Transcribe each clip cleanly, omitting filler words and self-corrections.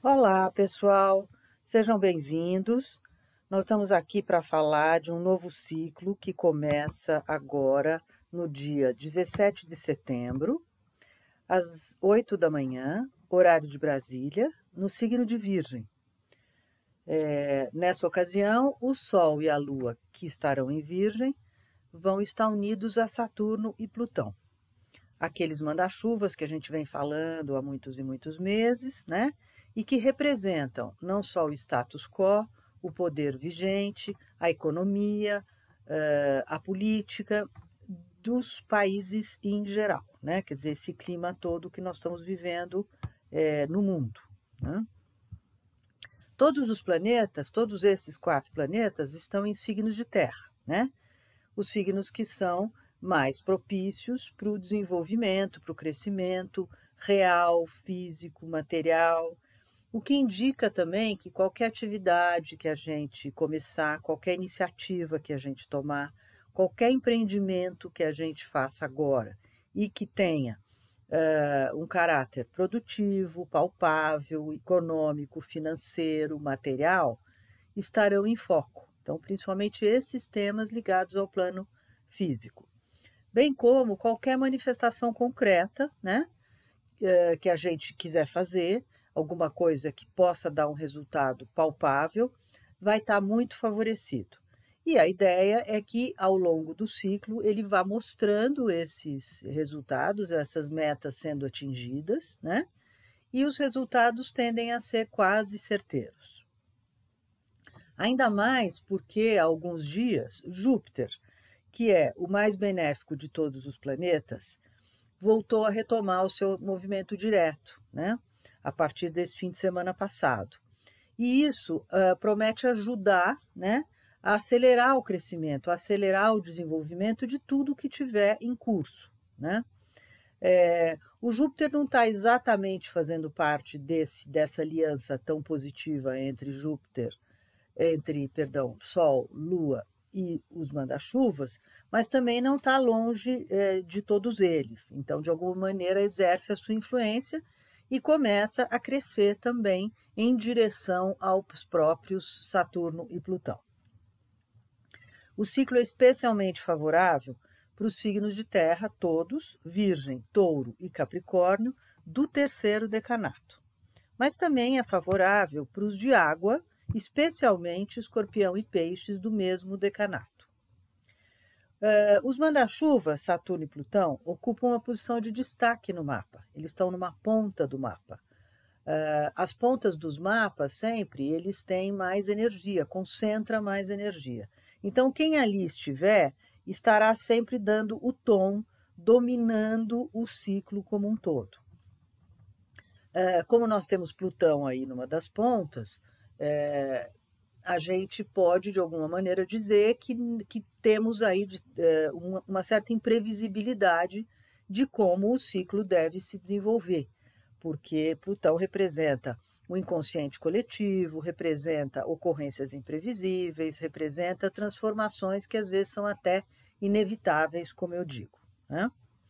Olá, pessoal, sejam bem-vindos. Nós estamos aqui para falar de um novo ciclo que começa agora no dia 17 de setembro, às 8 da manhã, horário de Brasília, no signo de Virgem. Nessa ocasião, o Sol e a Lua, que estarão em Virgem, vão estar unidos a Saturno e Plutão. Aqueles manda-chuvas que a gente vem falando há muitos e muitos meses, né? E que representam não só o status quo, o poder vigente, a economia, a política dos países em geral, né? Quer dizer, esse clima todo que nós estamos vivendo no mundo, né? Todos os planetas, todos esses 4 planetas, estão em signos de terra, né? Os signos que são mais propícios para o desenvolvimento, para o crescimento real, físico, material, o que indica também que qualquer atividade que a gente começar, qualquer iniciativa que a gente tomar, qualquer empreendimento que a gente faça agora e que tenha um caráter produtivo, palpável, econômico, financeiro, material, estarão em foco. Então, principalmente esses temas ligados ao plano físico, bem como qualquer manifestação concreta, né, que a gente quiser fazer, alguma coisa que possa dar um resultado palpável, vai estar muito favorecido. E a ideia é que, ao longo do ciclo, ele vá mostrando esses resultados, essas metas sendo atingidas, né? E os resultados tendem a ser quase certeiros. Ainda mais porque, há alguns dias, Júpiter, que é o mais benéfico de todos os planetas, voltou a retomar o seu movimento direto, né? A partir desse fim de semana passado. E isso promete ajudar, né, a acelerar o crescimento, a acelerar o desenvolvimento de tudo que tiver em curso, né? O Júpiter não está exatamente fazendo parte dessa aliança tão positiva entre Sol, Lua e os manda-chuvas, mas também não está longe de todos eles. Então, de alguma maneira, exerce a sua influência e começa a crescer também em direção aos próprios Saturno e Plutão. O ciclo é especialmente favorável para os signos de terra, todos, Virgem, Touro e Capricórnio, do terceiro decanato. Mas também é favorável para os de água, especialmente Escorpião e Peixes, do mesmo decanato. Os manda-chuvas, Saturno e Plutão, ocupam uma posição de destaque no mapa. Eles estão numa ponta do mapa. As pontas dos mapas, sempre, eles têm mais energia, concentra mais energia. Então, quem ali estiver, estará sempre dando o tom, dominando o ciclo como um todo. Como nós temos Plutão aí numa das pontas, a gente pode, de alguma maneira, dizer que temos aí uma certa imprevisibilidade de como o ciclo deve se desenvolver, porque Plutão representa o inconsciente coletivo, representa ocorrências imprevisíveis, representa transformações que às vezes são até inevitáveis, como eu digo, né?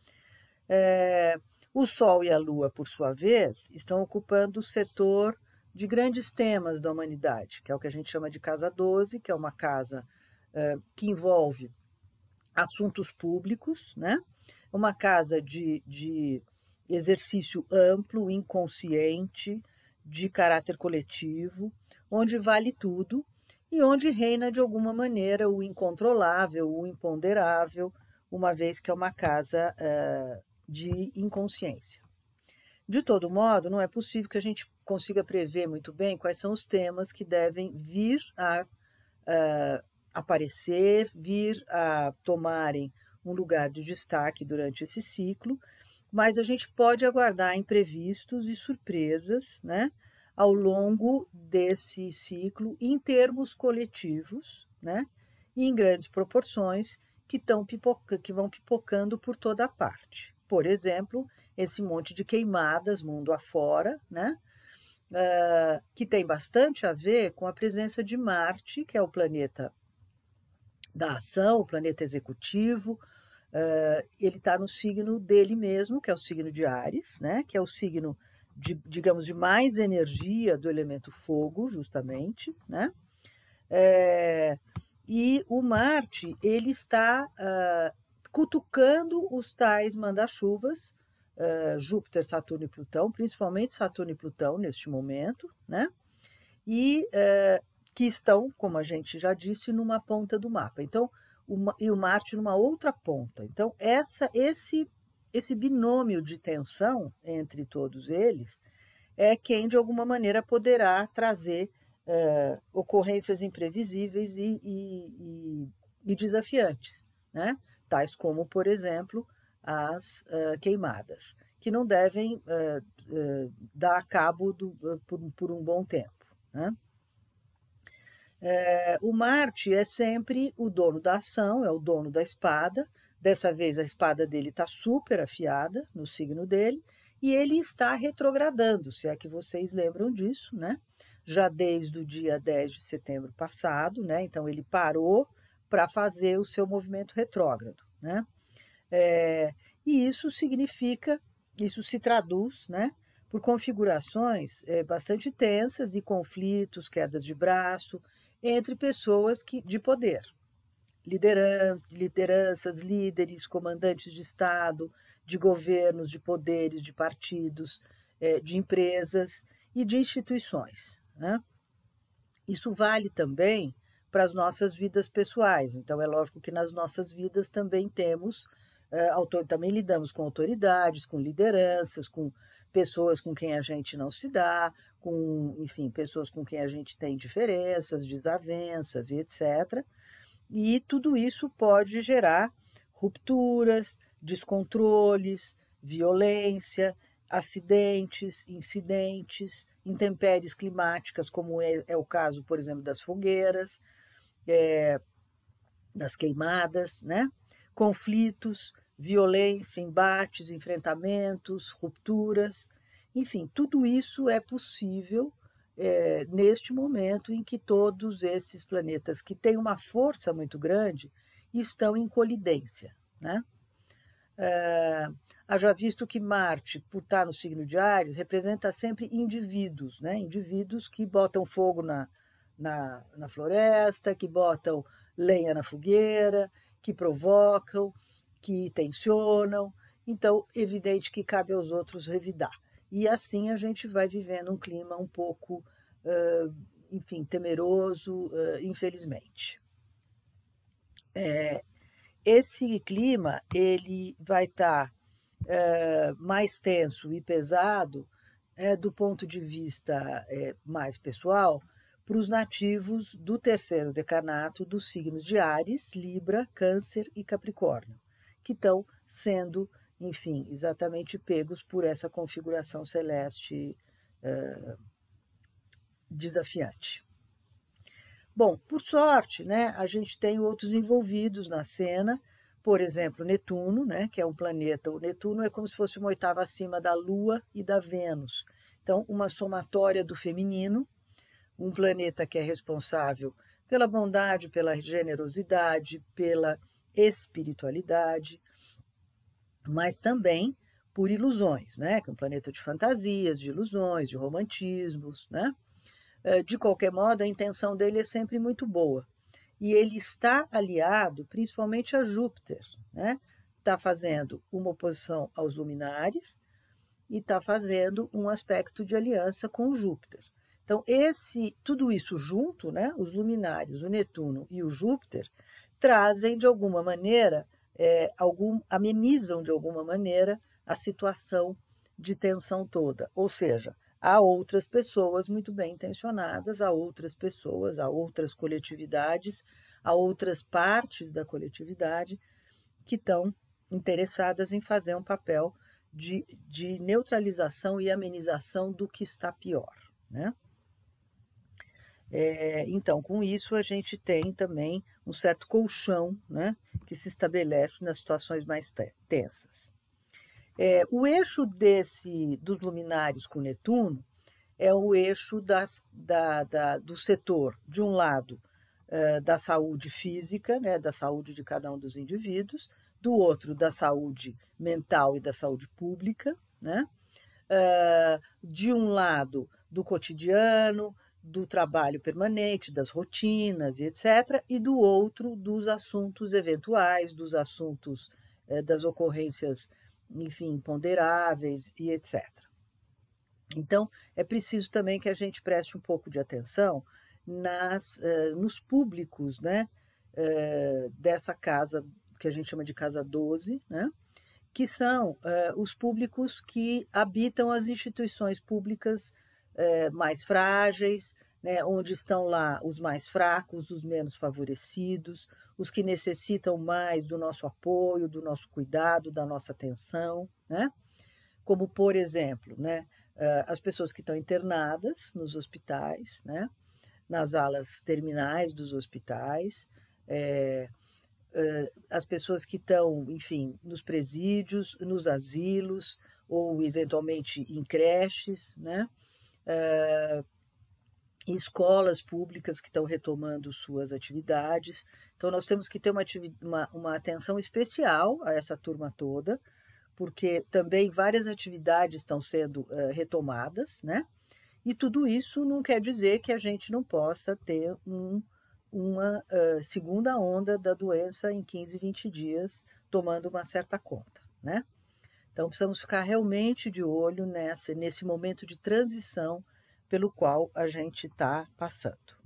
O Sol e a Lua, por sua vez, estão ocupando o setor de grandes temas da humanidade, que é o que a gente chama de Casa 12, que é uma casa que envolve assuntos públicos, né? Uma casa de exercício amplo, inconsciente, de caráter coletivo, onde vale tudo e onde reina de alguma maneira o incontrolável, o imponderável, uma vez que é uma casa de inconsciência. De todo modo, não é possível que a gente consiga prever muito bem quais são os temas que devem vir a aparecer, vir a tomarem um lugar de destaque durante esse ciclo, mas a gente pode aguardar imprevistos e surpresas, né, ao longo desse ciclo, em termos coletivos, né, e em grandes proporções, que vão pipocando por toda a parte. Por exemplo, esse monte de queimadas mundo afora, né, que tem bastante a ver com a presença de Marte, que é o planeta da ação, o planeta executivo. Ele está no signo dele mesmo, que é o signo de Áries, né, que é o signo digamos, de mais energia do elemento fogo, justamente, né? E o Marte, ele está cutucando os tais manda-chuvas, Júpiter, Saturno e Plutão, principalmente Saturno e Plutão neste momento, né? E que estão, como a gente já disse, numa ponta do mapa. Então, e o Marte numa outra ponta. Então, esse binômio de tensão entre todos eles é quem, de alguma maneira, poderá trazer ocorrências imprevisíveis e desafiantes, né? Tais como, por exemplo, as queimadas, que não devem dar cabo por um bom tempo, né? O Marte é sempre o dono da ação, é o dono da espada. Dessa vez a espada dele está super afiada no signo dele, e ele está retrogradando, se é que vocês lembram disso, né? Já desde o dia 10 de setembro passado, né? Então ele parou para fazer o seu movimento retrógrado, né? E isso significa, isso se traduz, né, por configurações bastante tensas de conflitos, quedas de braço, entre pessoas de poder, lideranças, líderes, comandantes de Estado, de governos, de poderes, de partidos, de empresas e de instituições, né? Isso vale também para as nossas vidas pessoais. Então, é lógico que nas nossas vidas também temos, também lidamos com autoridades, com lideranças, com pessoas com quem a gente não se dá, com, enfim, pessoas com quem a gente tem diferenças, desavenças e etc. E tudo isso pode gerar rupturas, descontroles, violência, acidentes, incidentes, intempéries climáticas, como é o caso, por exemplo, das fogueiras, das queimadas, né? Conflitos, violência, embates, enfrentamentos, rupturas, enfim, tudo isso é possível neste momento em que todos esses planetas que têm uma força muito grande estão em colidência, né? Haja visto que Marte, por estar no signo de Áries, representa sempre indivíduos, né? Indivíduos que botam fogo na floresta, que botam lenha na fogueira, que provocam, que tensionam. Então, evidente que cabe aos outros revidar. E assim a gente vai vivendo um clima um pouco, enfim, temeroso, infelizmente. Esse clima ele vai estar mais tenso e pesado do ponto de vista mais pessoal para os nativos do terceiro decanato dos signos de Áries, Libra, Câncer e Capricórnio, que estão sendo, enfim, exatamente pegos por essa configuração celeste desafiante. Bom, por sorte, né, a gente tem outros envolvidos na cena, por exemplo, Netuno, né, que é um planeta. O Netuno é como se fosse uma oitava acima da Lua e da Vênus. Então, uma somatória do feminino, um planeta que é responsável pela bondade, pela generosidade, pela espiritualidade, mas também por ilusões, né, que é um planeta de fantasias, de ilusões, de romantismos, né? De qualquer modo, a intenção dele é sempre muito boa. E ele está aliado principalmente a Júpiter, né? Está fazendo uma oposição aos luminares e está fazendo um aspecto de aliança com o Júpiter. Então, tudo isso junto, né? Os luminares, o Netuno e o Júpiter, trazem de alguma maneira, amenizam de alguma maneira a situação de tensão toda. Ou seja, há outras pessoas muito bem intencionadas, há outras pessoas, há outras coletividades, há outras partes da coletividade que estão interessadas em fazer um papel de neutralização e amenização do que está pior, né? Então, com isso, a gente tem também um certo colchão, né, que se estabelece nas situações mais tensas. O eixo dos luminares com Netuno é o eixo do setor, de um lado, da saúde física, né, da saúde de cada um dos indivíduos, do outro, da saúde mental e da saúde pública, né, de um lado do cotidiano, do trabalho permanente, das rotinas e etc., e do outro dos assuntos eventuais, dos assuntos das ocorrências, enfim, ponderáveis e etc. Então, é preciso também que a gente preste um pouco de atenção nos públicos, né, dessa casa, que a gente chama de Casa 12, né, que são os públicos que habitam as instituições públicas mais frágeis, né, onde estão lá os mais fracos, os menos favorecidos, os que necessitam mais do nosso apoio, do nosso cuidado, da nossa atenção, né? Como, por exemplo, né, as pessoas que estão internadas nos hospitais, né, nas alas terminais dos hospitais, as pessoas que estão, enfim, nos presídios, nos asilos, ou eventualmente em creches, né? Escolas públicas que estão retomando suas atividades. Então, nós temos que ter uma atenção especial a essa turma toda, porque também várias atividades estão sendo retomadas, né? E tudo isso não quer dizer que a gente não possa ter uma segunda onda da doença em 15, 20 dias, tomando uma certa conta, né? Então, precisamos ficar realmente de olho nesse momento de transição pelo qual a gente está passando.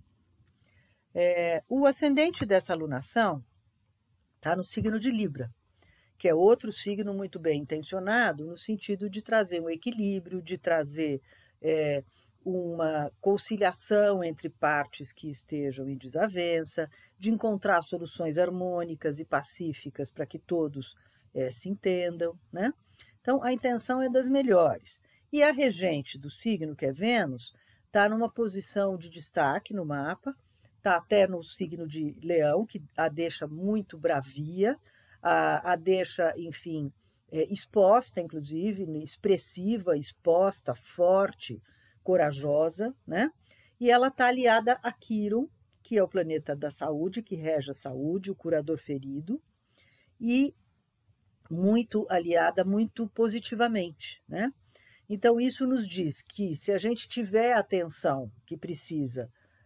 O ascendente dessa alunação está no signo de Libra, que é outro signo muito bem intencionado, no sentido de trazer um equilíbrio, de trazer uma conciliação entre partes que estejam em desavença, de encontrar soluções harmônicas e pacíficas para que todos se entendam, né? Então, a intenção é das melhores. E a regente do signo, que é Vênus, está numa posição de destaque no mapa, está até no signo de Leão, que a deixa muito bravia, a deixa, enfim, exposta, inclusive, expressiva, exposta, forte, corajosa, né? E ela está aliada a Quiron, que é o planeta da saúde, que rege a saúde, o curador ferido, e muito aliada, muito positivamente, né? Então, isso nos diz que se a gente tiver a atenção que precisa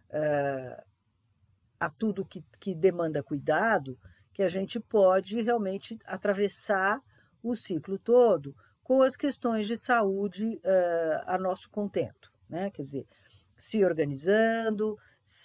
a tudo que demanda cuidado, que a gente pode realmente atravessar o ciclo todo com as questões de saúde a nosso contento, né? Quer dizer, se organizando,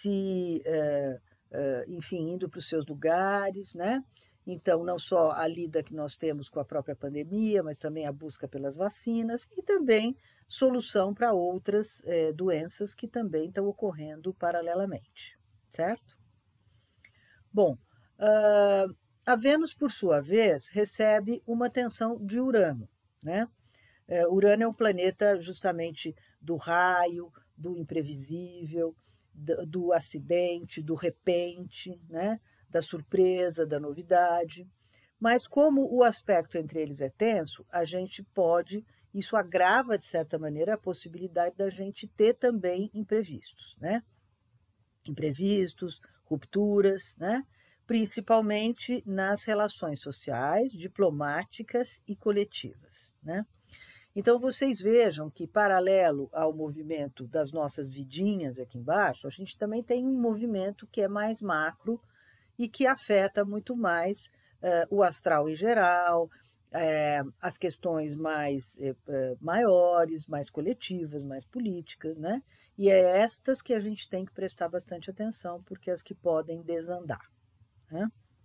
enfim, indo para os seus lugares, né? Então, não só a lida que nós temos com a própria pandemia, mas também a busca pelas vacinas e também solução para outras doenças que também estão ocorrendo paralelamente, certo? Bom, a Vênus, por sua vez, recebe uma atenção de Urano, né? Urano é um planeta justamente do raio, do imprevisível, do acidente, do repente, né? Da surpresa, da novidade. Mas como o aspecto entre eles é tenso, isso agrava, de certa maneira, a possibilidade da gente ter também imprevistos, né? Imprevistos, rupturas, né? Principalmente nas relações sociais, diplomáticas e coletivas, né? Então, vocês vejam que, paralelo ao movimento das nossas vidinhas aqui embaixo, a gente também tem um movimento que é mais macro e que afeta muito mais o astral em geral, as questões mais maiores, mais coletivas, mais políticas, né? E é estas que a gente tem que prestar bastante atenção, porque é as que podem desandar, né?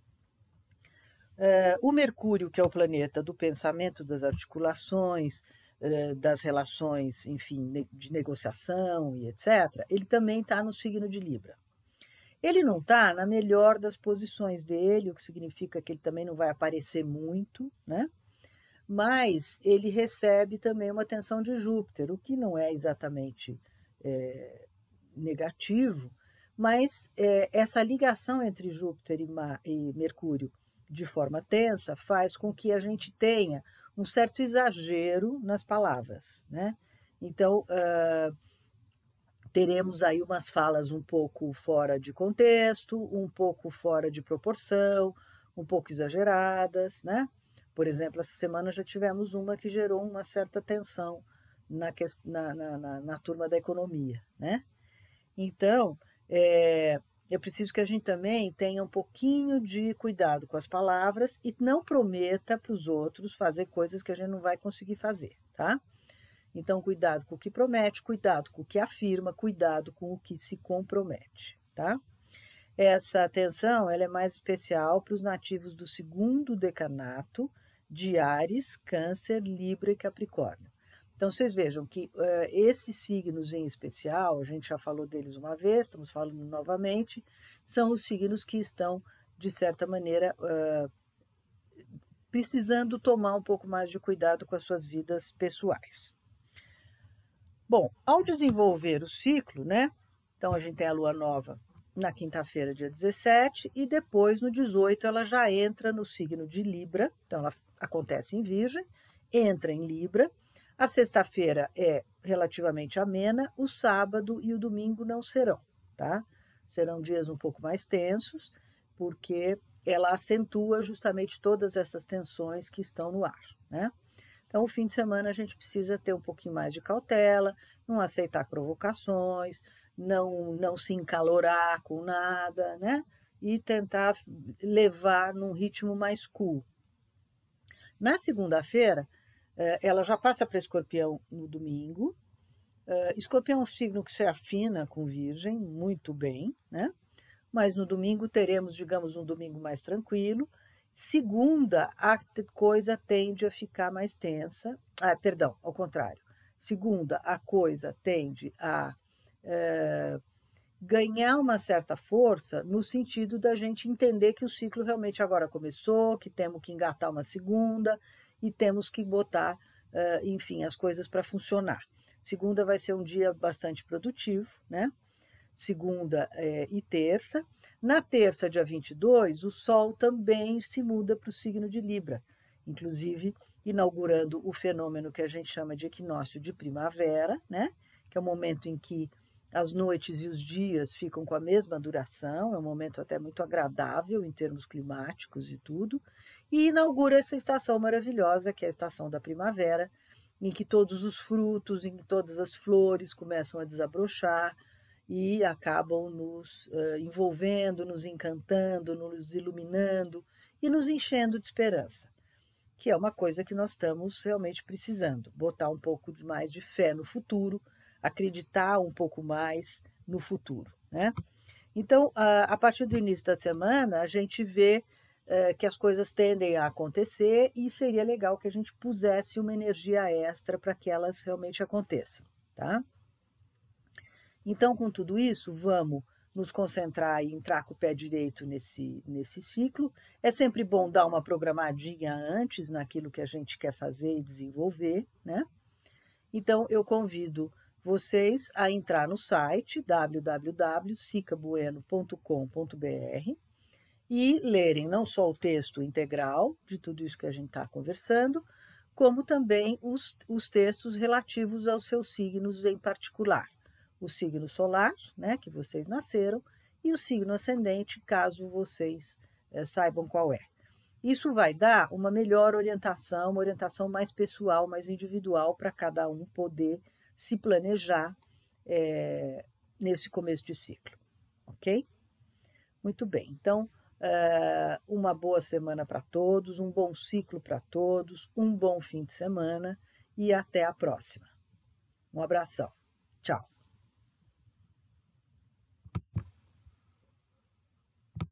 O Mercúrio, que é o planeta do pensamento, das articulações, das relações, enfim, de negociação e etc., ele também está no signo de Libra. Ele não está na melhor das posições dele, o que significa que ele também não vai aparecer muito, né? Mas ele recebe também uma atenção de Júpiter, o que não é exatamente negativo, mas essa ligação entre Júpiter e Mercúrio de forma tensa faz com que a gente tenha um certo exagero nas palavras, né? Então, teremos aí umas falas um pouco fora de contexto, um pouco fora de proporção, um pouco exageradas, né? Por exemplo, essa semana já tivemos uma que gerou uma certa tensão na turma da economia, né? Então, eu preciso que a gente também tenha um pouquinho de cuidado com as palavras e não prometa para os outros fazer coisas que a gente não vai conseguir fazer, tá? Então, cuidado com o que promete, cuidado com o que afirma, cuidado com o que se compromete, tá? Essa atenção ela é mais especial para os nativos do segundo decanato de Áries, Câncer, Libra e Capricórnio. Então, vocês vejam que esses signos em especial, a gente já falou deles uma vez, estamos falando novamente, são os signos que estão, de certa maneira, precisando tomar um pouco mais de cuidado com as suas vidas pessoais. Bom, ao desenvolver o ciclo, né? Então, a gente tem a lua nova na quinta-feira, dia 17, e depois, no 18, ela já entra no signo de Libra, então ela acontece em Virgem, entra em Libra. A sexta-feira é relativamente amena, o sábado e o domingo não serão, tá? Serão dias um pouco mais tensos, porque ela acentua justamente todas essas tensões que estão no ar, né? Então, o fim de semana a gente precisa ter um pouquinho mais de cautela, não aceitar provocações, não se encalorar com nada, né? E tentar levar num ritmo mais cool. Na segunda-feira, ela já passa para Escorpião no domingo. Escorpião é um signo que se afina com Virgem muito bem, né? Mas no domingo teremos, digamos, um domingo mais tranquilo. Segunda, a coisa tende a ficar mais tensa. Perdão, ao contrário. Segunda, a coisa tende a ganhar uma certa força no sentido da gente entender que o ciclo realmente agora começou, que temos que engatar uma segunda e temos que botar, enfim, as coisas para funcionar. Segunda vai ser um dia bastante produtivo, né? Segunda e terça. Na terça, dia 22, o Sol também se muda para o signo de Libra, inclusive inaugurando o fenômeno que a gente chama de equinócio de primavera, né? Que é o momento em que as noites e os dias ficam com a mesma duração, é um momento até muito agradável em termos climáticos e tudo, e inaugura essa estação maravilhosa, que é a estação da primavera, em que todos os frutos, em que todas as flores começam a desabrochar, e acabam nos envolvendo, nos encantando, nos iluminando e nos enchendo de esperança, que é uma coisa que nós estamos realmente precisando, botar um pouco mais de fé no futuro, acreditar um pouco mais no futuro, né? Então, a partir do início da semana, a gente vê que as coisas tendem a acontecer e seria legal que a gente pusesse uma energia extra para que elas realmente aconteçam, tá? Então, com tudo isso, vamos nos concentrar e entrar com o pé direito nesse ciclo. É sempre bom dar uma programadinha antes naquilo que a gente quer fazer e desenvolver, né? Então, eu convido vocês a entrar no site www.sicabueno.com.br e lerem não só o texto integral de tudo isso que a gente está conversando, como também os textos relativos aos seus signos em particular. O signo solar, né, que vocês nasceram, e o signo ascendente, caso vocês saibam qual é. Isso vai dar uma melhor orientação, uma orientação mais pessoal, mais individual, para cada um poder se planejar nesse começo de ciclo, ok? Muito bem, então, uma boa semana para todos, um bom ciclo para todos, um bom fim de semana e até a próxima. Um abração. Tchau.